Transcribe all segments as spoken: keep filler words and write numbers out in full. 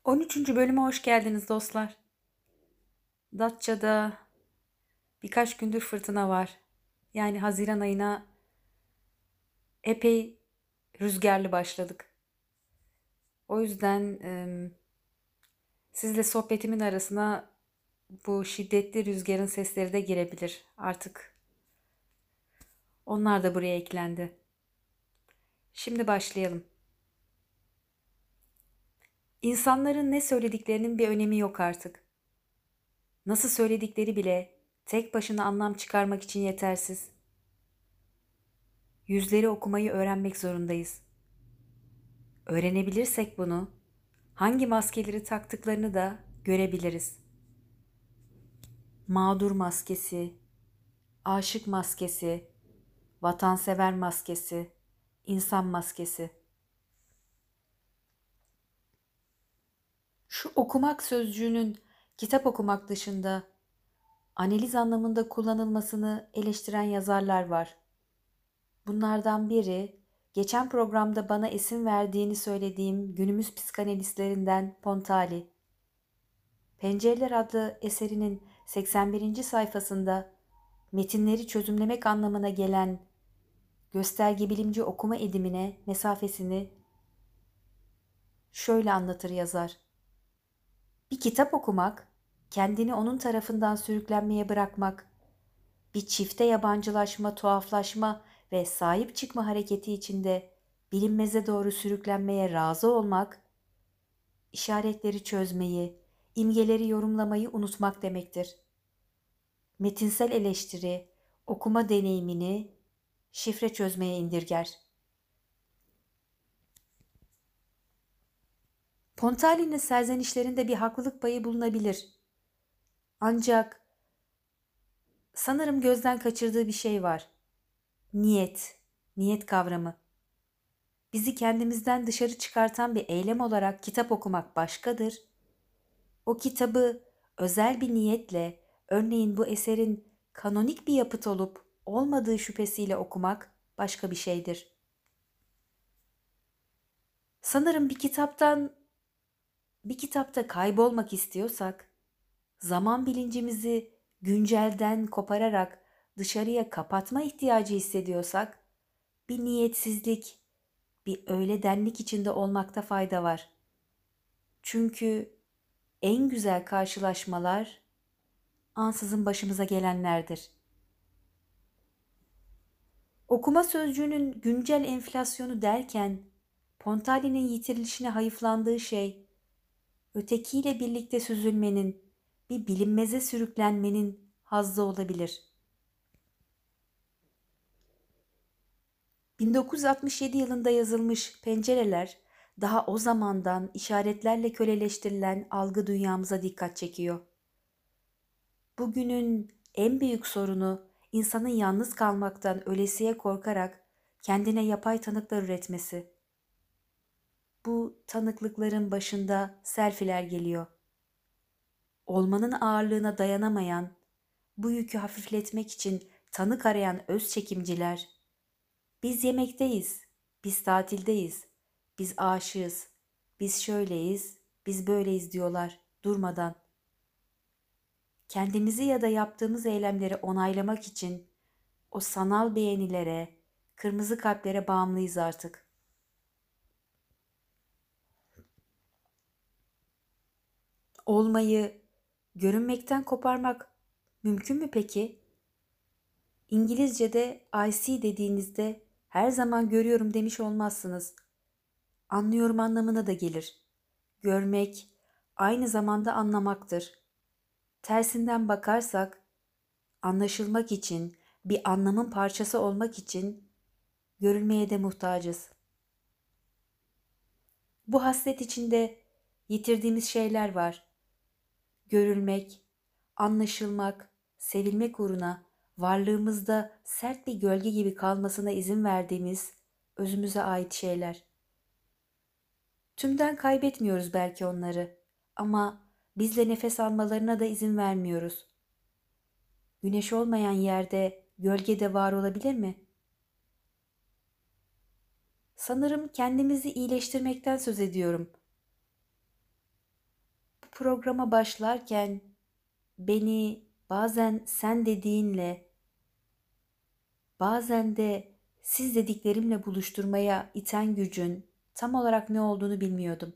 on üçüncü bölüme hoş geldiniz dostlar. Datça'da birkaç gündür fırtına var. Yani Haziran ayına epey rüzgarlı başladık. O yüzden e, sizle sohbetimin arasına bu şiddetli rüzgarın sesleri de girebilir. Artık onlar da buraya eklendi. Şimdi başlayalım. İnsanların ne söylediklerinin bir önemi yok artık. Nasıl söyledikleri bile tek başına anlam çıkarmak için yetersiz. Yüzleri okumayı öğrenmek zorundayız. Öğrenebilirsek bunu, hangi maskeleri taktıklarını da görebiliriz. Mağdur maskesi, aşık maskesi, vatansever maskesi, insan maskesi. Şu okumak sözcüğünün kitap okumak dışında analiz anlamında kullanılmasını eleştiren yazarlar var. Bunlardan biri, geçen programda bana isim verdiğini söylediğim günümüz psikanalistlerinden Pontali. Pencereler adlı eserinin seksen birinci sayfasında metinleri çözümlemek anlamına gelen göstergebilimci okuma edimine mesafesini şöyle anlatır yazar. Bir kitap okumak, kendini onun tarafından sürüklenmeye bırakmak, bir çifte yabancılaşma, tuhaflaşma ve sahip çıkma hareketi içinde bilinmeze doğru sürüklenmeye razı olmak, işaretleri çözmeyi, imgeleri yorumlamayı unutmak demektir. Metinsel eleştiri, okuma deneyimini şifre çözmeye indirger. Pontali'nin serzenişlerinde bir haklılık payı bulunabilir. Ancak sanırım gözden kaçırdığı bir şey var. Niyet, niyet kavramı. Bizi kendimizden dışarı çıkartan bir eylem olarak kitap okumak başkadır. O kitabı özel bir niyetle, örneğin bu eserin kanonik bir yapıt olup olmadığı şüphesiyle okumak başka bir şeydir. Sanırım bir kitaptan, bir kitapta kaybolmak istiyorsak, zaman bilincimizi güncelden kopararak dışarıya kapatma ihtiyacı hissediyorsak, bir niyetsizlik, bir öğledenlik içinde olmakta fayda var. Çünkü en güzel karşılaşmalar ansızın başımıza gelenlerdir. Okuma sözcüğünün güncel enflasyonu derken Pontali'nin yitirilişine hayıflandığı şey, ötekiyle birlikte süzülmenin, bir bilinmeze sürüklenmenin hazzı olabilir. bin dokuz yüz altmış yedi yılında yazılmış Pencereler, daha o zamandan işaretlerle köleleştirilen algı dünyamıza dikkat çekiyor. Bugünün en büyük sorunu insanın yalnız kalmaktan ölesiye korkarak kendine yapay tanıklar üretmesi. Bu tanıklıkların başında selfiler geliyor. Olmanın ağırlığına dayanamayan, bu yükü hafifletmek için tanık arayan öz çekimciler, biz yemekteyiz, biz tatildeyiz, biz aşığız, biz şöyleyiz, biz böyleyiz diyorlar durmadan. Kendimizi ya da yaptığımız eylemleri onaylamak için o sanal beğenilere, kırmızı kalplere bağımlıyız artık. Olmayı görünmekten koparmak mümkün mü peki? İngilizce'de I see dediğinizde her zaman görüyorum demiş olmazsınız. Anlıyorum anlamına da gelir. Görmek aynı zamanda anlamaktır. Tersinden bakarsak, anlaşılmak için, bir anlamın parçası olmak için görülmeye de muhtacız. Bu hasret içinde yitirdiğimiz şeyler var. Görülmek, anlaşılmak, sevilmek uğruna varlığımızda sert bir gölge gibi kalmasına izin verdiğimiz özümüze ait şeyler. Tümden kaybetmiyoruz belki onları ama bizle nefes almalarına da izin vermiyoruz. Güneş olmayan yerde gölge de var olabilir mi? Sanırım kendimizi iyileştirmekten söz ediyorum. programa başlarken beni bazen sen dediğinle, bazen de siz dediklerimle buluşturmaya iten gücün tam olarak ne olduğunu bilmiyordum.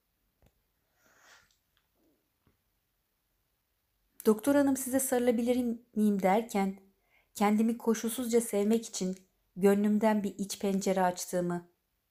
Doktor hanım size sarılabilir miyim derken kendimi koşulsuzca sevmek için gönlümden bir iç pencere açtığımı,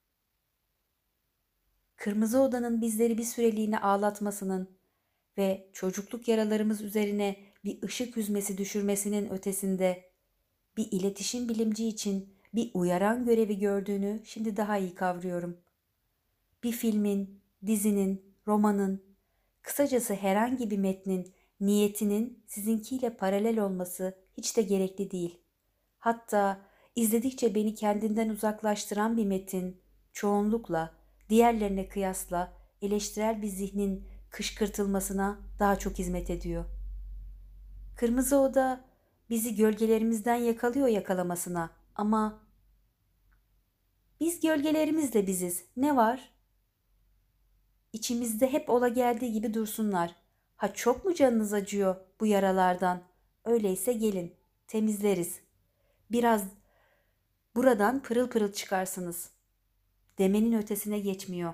kırmızı odanın bizleri bir süreliğine ağlatmasının ve çocukluk yaralarımız üzerine bir ışık hüzmesi düşürmesinin ötesinde bir iletişim bilimci için bir uyaran görevi gördüğünü şimdi daha iyi kavruyorum. Bir filmin, dizinin, romanın, kısacası herhangi bir metnin niyetinin sizinkiyle paralel olması hiç de gerekli değil. Hatta izledikçe beni kendinden uzaklaştıran bir metin çoğunlukla diğerlerine kıyasla eleştirel bir zihnin kışkırtılmasına daha çok hizmet ediyor. Kırmızı Oda bizi gölgelerimizden yakalıyor yakalamasına ama biz gölgelerimiz de biziz. Ne var? İçimizde hep ola geldiği gibi dursunlar. Ha çok mu canınız acıyor bu yaralardan? Öyleyse gelin, temizleriz. Biraz buradan pırıl pırıl çıkarsınız. Demenin ötesine geçmiyor.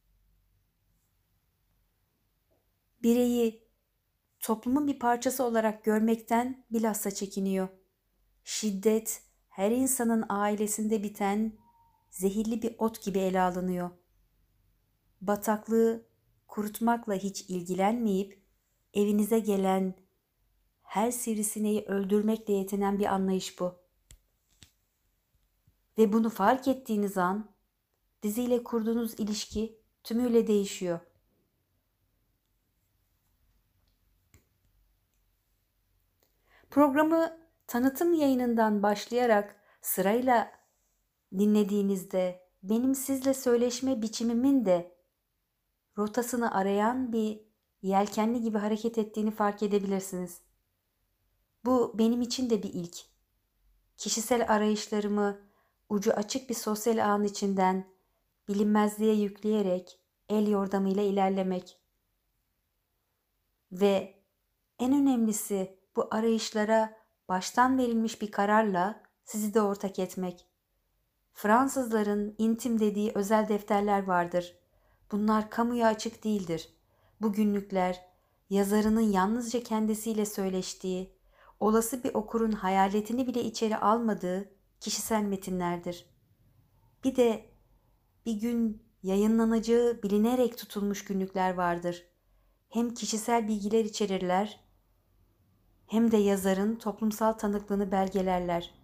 Bireyi toplumun bir parçası olarak görmekten bilhassa çekiniyor. Şiddet her insanın ailesinde biten zehirli bir ot gibi ele alınıyor. Bataklığı kurutmakla hiç ilgilenmeyip evinize gelen her sivrisineği öldürmekle yetinen bir anlayış bu. Ve bunu fark ettiğiniz an diziyle kurduğunuz ilişki tümüyle değişiyor. Programı tanıtım yayınından başlayarak sırayla dinlediğinizde benim sizle söyleşme biçimimin de rotasını arayan bir yelkenli gibi hareket ettiğini fark edebilirsiniz. Bu benim için de bir ilk. Kişisel arayışlarımı ucu açık bir sosyal ağın içinden bilinmezliğe yükleyerek el yordamıyla ilerlemek. Ve en önemlisi bu arayışlara baştan verilmiş bir kararla sizi de ortak etmek. Fransızların intim dediği özel defterler vardır. Bunlar kamuya açık değildir. Bu günlükler yazarının yalnızca kendisiyle söyleştiği, olası bir okurun hayaletini bile içeri almadığı kişisel metinlerdir. Bir de bir gün yayınlanacağı bilinerek tutulmuş günlükler vardır. Hem kişisel bilgiler içerirler, hem de yazarın toplumsal tanıklığını belgelerler.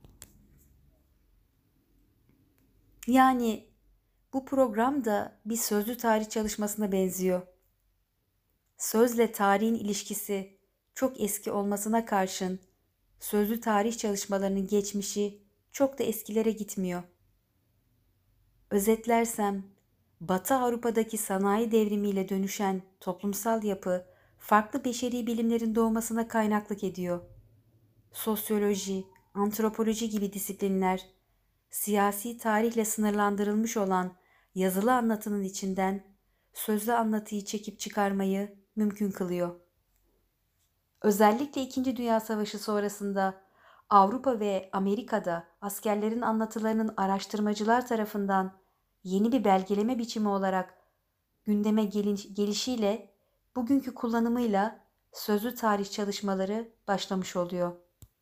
Yani bu program da bir sözlü tarih çalışmasına benziyor. Sözle tarihin ilişkisi çok eski olmasına karşın sözlü tarih çalışmalarının geçmişi çok da eskilere gitmiyor. Özetlersem, Batı Avrupa'daki sanayi devrimiyle dönüşen toplumsal yapı farklı beşeri bilimlerin doğmasına kaynaklık ediyor. Sosyoloji, antropoloji gibi disiplinler, siyasi tarihle sınırlandırılmış olan yazılı anlatının içinden sözlü anlatıyı çekip çıkarmayı mümkün kılıyor. Özellikle İkinci Dünya Savaşı sonrasında Avrupa ve Amerika'da askerlerin anlatılarının araştırmacılar tarafından yeni bir belgeleme biçimi olarak gündeme gelişiyle bugünkü kullanımıyla sözlü tarih çalışmaları başlamış oluyor.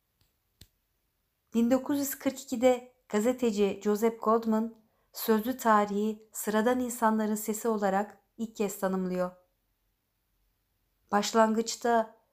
bin dokuz yüz kırk ikide gazeteci Joseph Goldman sözlü tarihi sıradan insanların sesi olarak ilk kez tanımlıyor. Başlangıçta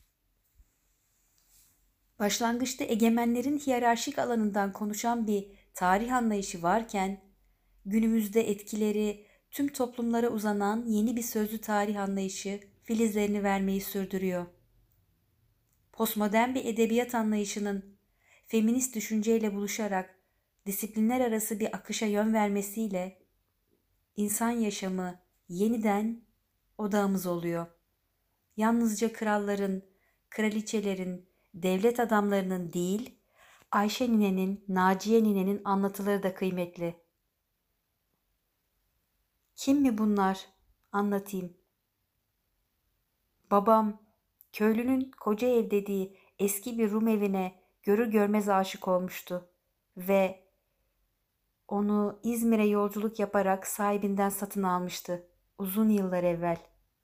Başlangıçta egemenlerin hiyerarşik alanından konuşan bir tarih anlayışı varken, günümüzde etkileri tüm toplumlara uzanan yeni bir sözlü tarih anlayışı filizlerini vermeyi sürdürüyor. Postmodern bir edebiyat anlayışının feminist düşünceyle buluşarak disiplinler arası bir akışa yön vermesiyle insan yaşamı yeniden odağımız oluyor. Yalnızca kralların, kraliçelerin, devlet adamlarının değil, Ayşe ninenin, Naciye ninenin anlatıları da kıymetli. Kim mi bunlar? Anlatayım. Babam, köylünün koca ev dediği eski bir Rum evine görür görmez aşık olmuştu ve onu İzmir'e yolculuk yaparak sahibinden satın almıştı uzun yıllar evvel.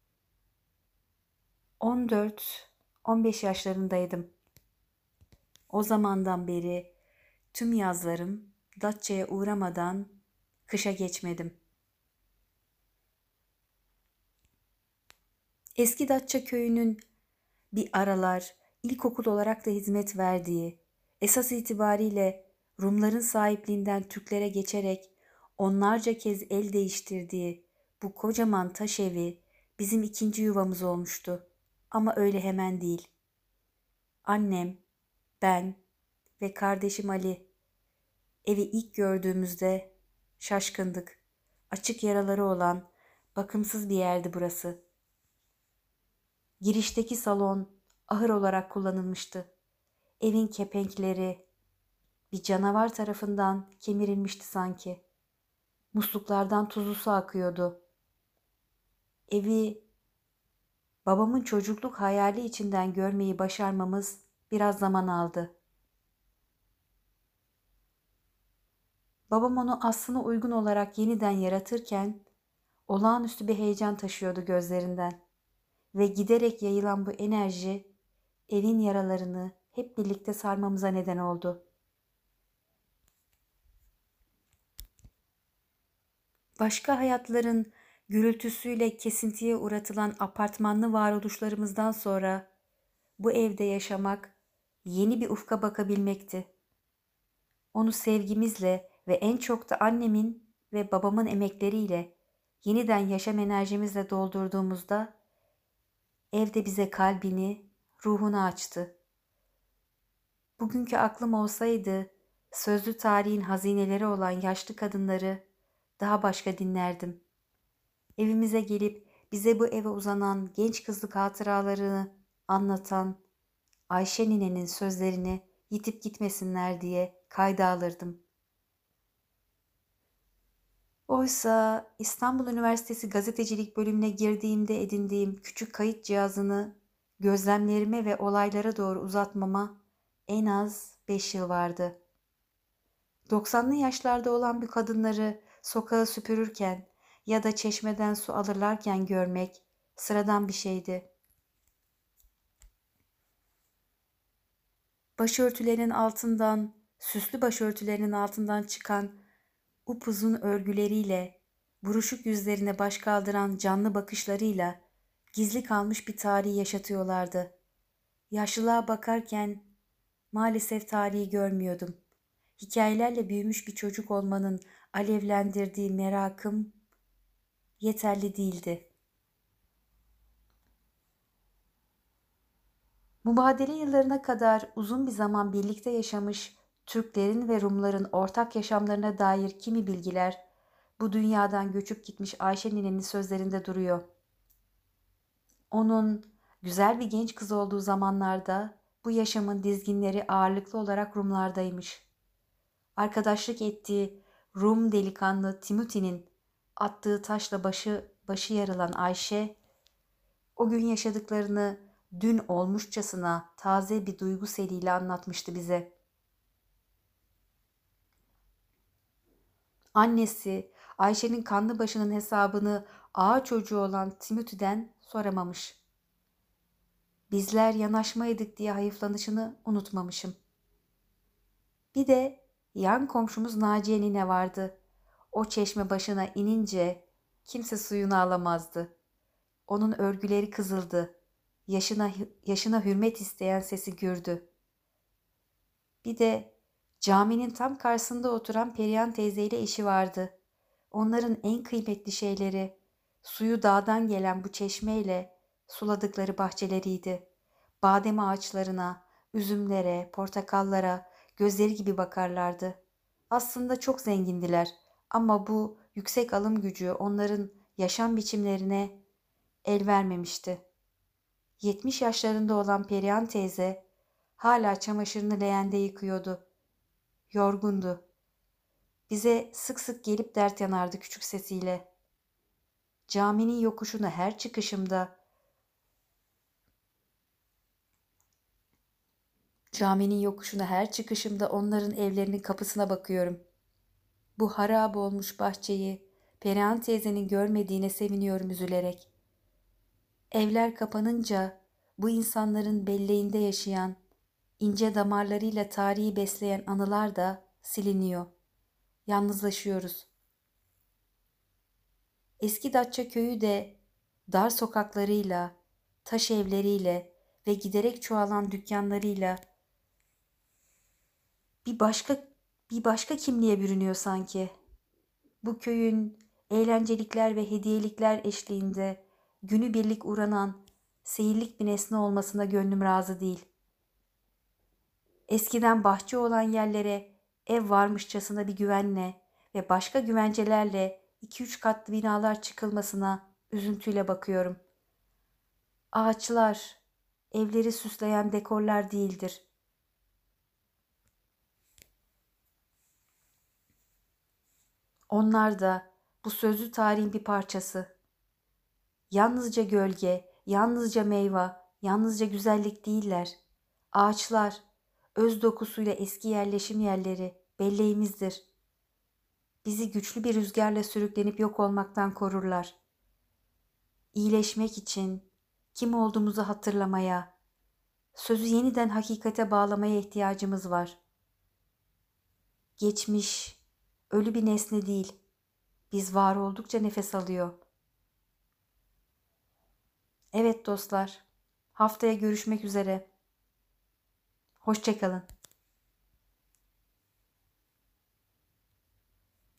on dört on beş yaşlarındaydım. O zamandan beri tüm yazlarım Datça'ya uğramadan kışa geçmedim. Eski Datça köyünün bir aralar ilkokul olarak da hizmet verdiği, esas itibariyle Rumların sahipliğinden Türklere geçerek onlarca kez el değiştirdiği bu kocaman taş evi bizim ikinci yuvamız olmuştu. Ama öyle hemen değil. Annem, ben ve kardeşim Ali evi ilk gördüğümüzde şaşkındık. Açık yaraları olan bakımsız bir yerdi burası. Girişteki salon ahır olarak kullanılmıştı. Evin kepenkleri bir canavar tarafından kemirilmişti sanki. Musluklardan tuzlu su akıyordu. Evi babamın çocukluk hayali içinden görmeyi başarmamız biraz zaman aldı. Babam onu aslına uygun olarak yeniden yaratırken olağanüstü bir heyecan taşıyordu gözlerinden ve giderek yayılan bu enerji evin yaralarını hep birlikte sarmamıza neden oldu. Başka hayatların gürültüsüyle kesintiye uğratılan apartmanlı varoluşlarımızdan sonra bu evde yaşamak yeni bir ufka bakabilmekti. Onu sevgimizle ve en çok da annemin ve babamın emekleriyle yeniden yaşam enerjimizle doldurduğumuzda evde bize kalbini, ruhunu açtı. Bugünkü aklım olsaydı sözlü tarihin hazineleri olan yaşlı kadınları daha başka dinlerdim. Evimize gelip bize bu eve uzanan genç kızlık hatıralarını anlatan Ayşe ninenin sözlerini yitip gitmesinler diye kayda alırdım. Oysa İstanbul Üniversitesi Gazetecilik bölümüne girdiğimde edindiğim küçük kayıt cihazını gözlemlerime ve olaylara doğru uzatmama en az beş yıl vardı. doksanlı yaşlarda olan bir kadınları sokağı süpürürken ya da çeşmeden su alırlarken görmek sıradan bir şeydi. Başörtülerinin altından, süslü başörtülerinin altından çıkan upuzun örgüleriyle, buruşuk yüzlerine baş kaldıran canlı bakışlarıyla gizli kalmış bir tarihi yaşatıyorlardı. Yaşlılığa bakarken maalesef tarihi görmüyordum. Hikayelerle büyümüş bir çocuk olmanın alevlendirdiği merakım yeterli değildi. Mübadele yıllarına kadar uzun bir zaman birlikte yaşamış Türklerin ve Rumların ortak yaşamlarına dair kimi bilgiler bu dünyadan göçüp gitmiş Ayşe ninenin sözlerinde duruyor. Onun güzel bir genç kız olduğu zamanlarda bu yaşamın dizginleri ağırlıklı olarak Rumlardaymış. Arkadaşlık ettiği Rum delikanlı Timothy'nin attığı taşla başı başı yarılan Ayşe, o gün yaşadıklarını dün olmuşçasına taze bir duygu seliyle anlatmıştı bize. Annesi Ayşe'nin kanlı başının hesabını ağa çocuğu olan Timothy'den soramamış. Bizler yanaşmaydık diye hayıflanışını unutmamışım. Bir de yan komşumuz Naciye nine vardı. O çeşme başına inince kimse suyunu alamazdı. Onun örgüleri kızıldı. Yaşına, yaşına hürmet isteyen sesi gürdü. Bir de caminin tam karşısında oturan Perihan teyzeyle eşi vardı. Onların en kıymetli şeyleri suyu dağdan gelen bu çeşmeyle suladıkları bahçeleriydi. Badem ağaçlarına, üzümlere, portakallara gözleri gibi bakarlardı. Aslında çok zengindiler ama bu yüksek alım gücü onların yaşam biçimlerine el vermemişti. Yetmiş yaşlarında olan Perihan teyze hala çamaşırını leğende yıkıyordu. Yorgundu. Bize sık sık gelip dert yanardı küçük sesiyle. Caminin yokuşuna her çıkışımda Caminin yokuşuna her çıkışımda onların evlerinin kapısına bakıyorum. Bu harap olmuş bahçeyi Perihan teyzenin görmediğine seviniyorum üzülerek. Evler kapanınca bu insanların belleğinde yaşayan, ince damarlarıyla tarihi besleyen anılar da siliniyor. Yalnızlaşıyoruz. Eski Datça köyü de dar sokaklarıyla, taş evleriyle ve giderek çoğalan dükkanlarıyla bir başka bir başka kimliğe bürünüyor sanki. Bu köyün eğlencelikler ve hediyelikler eşliğinde günübirlik uğranan seyirlik bir nesne olmasına gönlüm razı değil. Eskiden bahçe olan yerlere ev varmışçasına bir güvenle ve başka güvencelerle iki üç katlı binalar çıkılmasına üzüntüyle bakıyorum. Ağaçlar, evleri süsleyen dekorlar değildir. Onlar da bu sözlü tarihin bir parçası. Yalnızca gölge, yalnızca meyve, yalnızca güzellik değiller. Ağaçlar, öz dokusuyla eski yerleşim yerleri, belleğimizdir. Bizi güçlü bir rüzgarla sürüklenip yok olmaktan korurlar. İyileşmek için, kim olduğumuzu hatırlamaya, sözü yeniden hakikate bağlamaya ihtiyacımız var. Geçmiş, ölü bir nesne değil, biz var oldukça nefes alıyor. Evet dostlar, haftaya görüşmek üzere. Hoşça kalın.